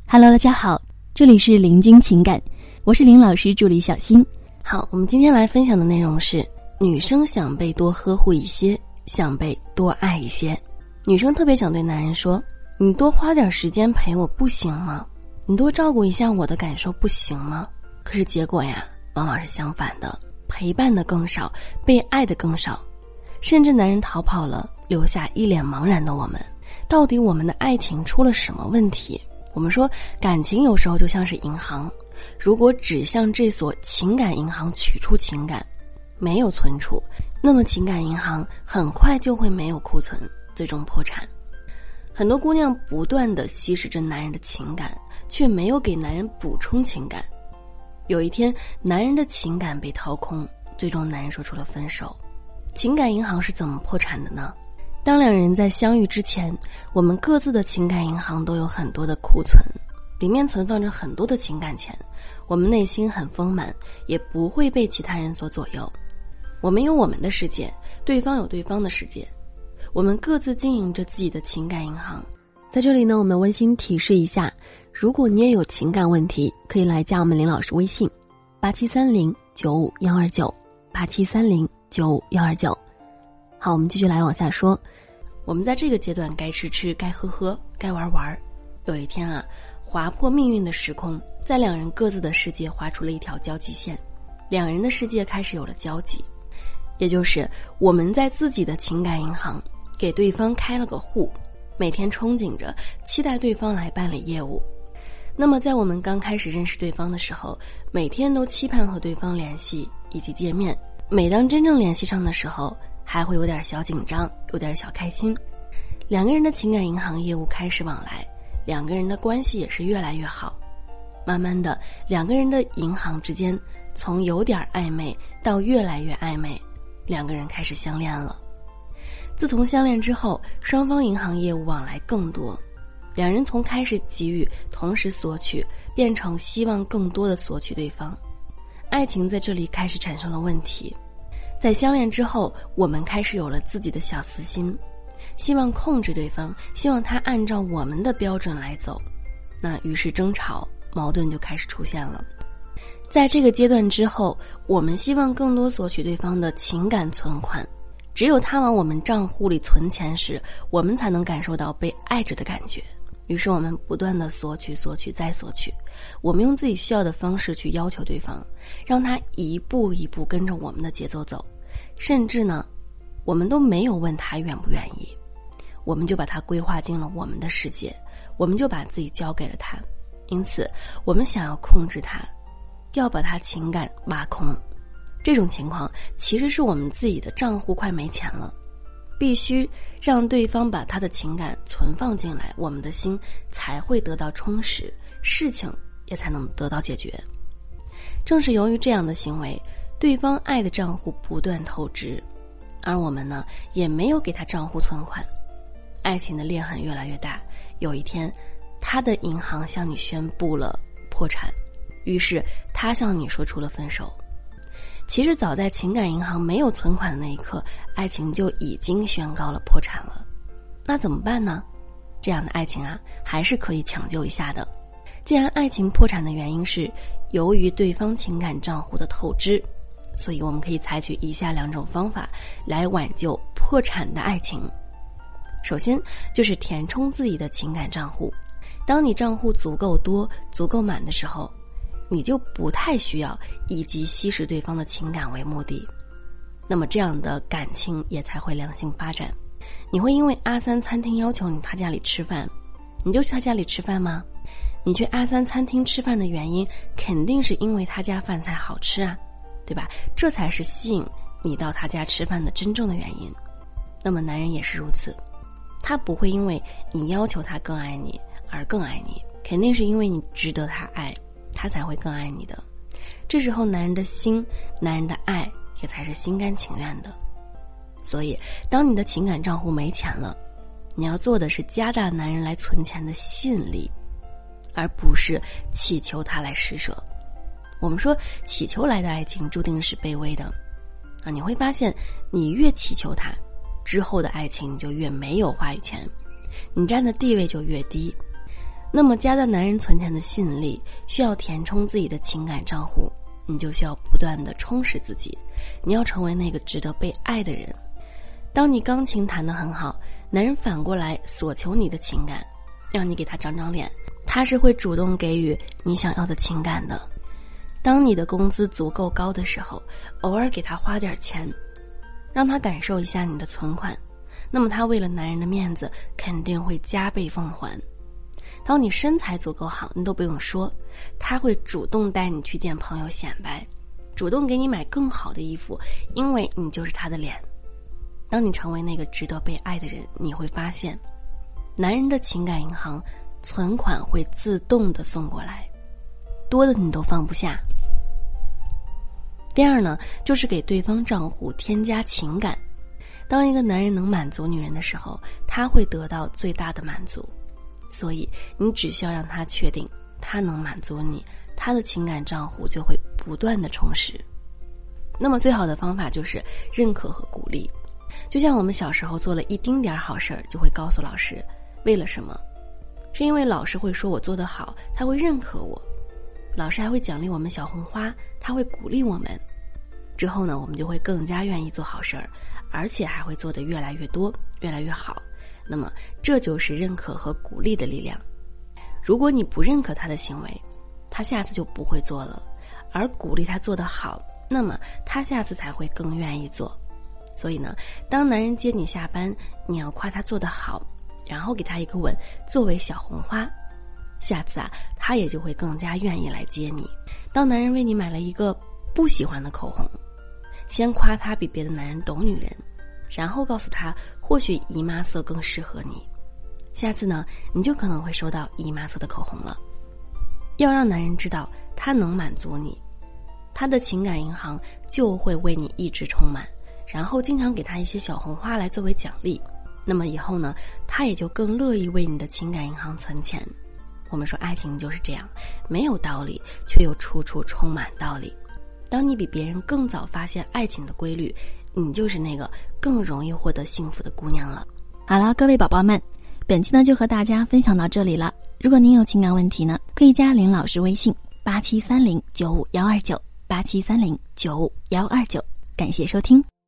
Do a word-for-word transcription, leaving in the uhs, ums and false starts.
Hello， 大家好，这里是林君情感，我是林老师助理小新。 好，我们今天来分享的内容是：女生想被多呵护一些，想被多爱一些。女生特别想对男人说，你多花点时间陪我不行吗？你多照顾一下我的感受不行吗？可是结果呀，往往是相反的，陪伴的更少，被爱的更少，甚至男人逃跑了，留下一脸茫然的我们。到底我们的爱情出了什么问题？我们说感情有时候就像是银行，如果只向这所情感银行取出情感，没有存储，那么情感银行很快就会没有库存，最终破产。很多姑娘不断地吸食着男人的情感，却没有给男人补充情感。有一天，男人的情感被掏空，最终男人说出了分手。情感银行是怎么破产的呢？当两人在相遇之前，我们各自的情感银行都有很多的库存，里面存放着很多的情感钱，我们内心很丰满，也不会被其他人所左右。我们有我们的世界，对方有对方的世界，我们各自经营着自己的情感银行。在这里呢，我们温馨提示一下，如果你也有情感问题，可以来加我们林老师微信八七三零九五一二九八七三零九五一二九。好，我们继续来往下说。我们在这个阶段该吃吃，该喝喝，该玩玩。有一天啊，划破命运的时空，在两人各自的世界划出了一条交集线，两人的世界开始有了交集，也就是我们在自己的情感银行给对方开了个户，每天憧憬着期待对方来办理业务。那么在我们刚开始认识对方的时候，每天都期盼和对方联系以及见面，每当真正联系上的时候，还会有点小紧张，有点小开心。两个人的情感银行业务开始往来，两个人的关系也是越来越好。慢慢的，两个人的银行之间从有点暧昧到越来越暧昧，两个人开始相恋了。自从相恋之后，双方银行业务往来更多，两人从开始给予同时索取，变成希望更多的索取对方。爱情在这里开始产生了问题。在相恋之后，我们开始有了自己的小私心，希望控制对方，希望他按照我们的标准来走。那于是争吵矛盾就开始出现了。在这个阶段之后，我们希望更多索取对方的情感存款，只有他往我们账户里存钱时，我们才能感受到被爱着的感觉。于是我们不断的索取索取再索取，我们用自己需要的方式去要求对方，让他一步一步跟着我们的节奏走，甚至呢我们都没有问他愿不愿意，我们就把他规划进了我们的世界，我们就把自己交给了他。因此我们想要控制他，要把他情感挖空。这种情况其实是我们自己的账户快没钱了，必须让对方把他的情感存放进来，我们的心才会得到充实，事情也才能得到解决。正是由于这样的行为，对方爱的账户不断透支，而我们呢也没有给他账户存款，爱情的裂痕越来越大。有一天，他的银行向你宣布了破产，于是他向你说出了分手。其实早在情感银行没有存款的那一刻，爱情就已经宣告了破产了。那怎么办呢？这样的爱情啊，还是可以抢救一下的。既然爱情破产的原因是由于对方情感账户的透支，所以我们可以采取以下两种方法来挽救破产的爱情。首先就是填充自己的情感账户。当你账户足够多足够满的时候，你就不太需要以及吸食对方的情感为目的，那么这样的感情也才会良性发展。你会因为阿三餐厅要求你他家里吃饭，你就去他家里吃饭吗？你去阿三餐厅吃饭的原因肯定是因为他家饭菜好吃啊，对吧？这才是吸引你到他家吃饭的真正的原因。那么男人也是如此，他不会因为你要求他更爱你而更爱你，肯定是因为你值得他爱，他才会更爱你的。这时候男人的心，男人的爱也才是心甘情愿的。所以当你的情感账户没钱了，你要做的是加大男人来存钱的吸引力，而不是祈求他来施舍。我们说祈求来的爱情注定是卑微的啊，你会发现你越祈求他，之后的爱情就越没有话语权，你站的地位就越低。 那么加大男人存钱的吸引力，需要填充自己的情感账户，你就需要不断的充实自己，你要成为那个值得被爱的人。当你钢琴弹得很好，男人反过来索求你的情感，让你给他长长脸，他是会主动给予你想要的情感的。当你的工资足够高的时候，偶尔给他花点钱，让他感受一下你的存款，那么他为了男人的面子肯定会加倍奉还。当你身材足够好，你都不用说，他会主动带你去见朋友显摆，主动给你买更好的衣服，因为你就是他的脸。当你成为那个值得被爱的人，你会发现男人的情感银行存款会自动的送过来，多的你都放不下。第二呢，就是给对方账户添加情感。当一个男人能满足女人的时候，他会得到最大的满足。所以你只需要让他确定他能满足你，他的情感账户就会不断的充实。那么最好的方法就是认可和鼓励。就像我们小时候做了一丁点好事儿，就会告诉老师，为了什么？是因为老师会说我做得好，他会认可我，老师还会奖励我们小红花，他会鼓励我们。之后呢，我们就会更加愿意做好事儿，而且还会做得越来越多，越来越好。那么这就是认可和鼓励的力量。如果你不认可他的行为，他下次就不会做了，而鼓励他做得好，那么他下次才会更愿意做。所以呢，当男人接你下班，你要夸他做得好，然后给他一个吻作为小红花，下次啊，他也就会更加愿意来接你。当男人为你买了一个不喜欢的口红，先夸他比别的男人懂女人，然后告诉他或许姨妈色更适合你，下次呢，你就可能会收到姨妈色的口红了。要让男人知道他能满足你，他的情感银行就会为你一直充满，然后经常给他一些小红花来作为奖励。那么以后呢，他也就更乐意为你的情感银行存钱。我们说爱情就是这样，没有道理，却又处处充满道理。当你比别人更早发现爱情的规律，你就是那个更容易获得幸福的姑娘了。 好了，各位宝宝们，本期呢就和大家分享到这里了。如果您有情感问题呢，可以加林老师微信八七三零九五幺二九八七三零九五幺二九。感谢收听。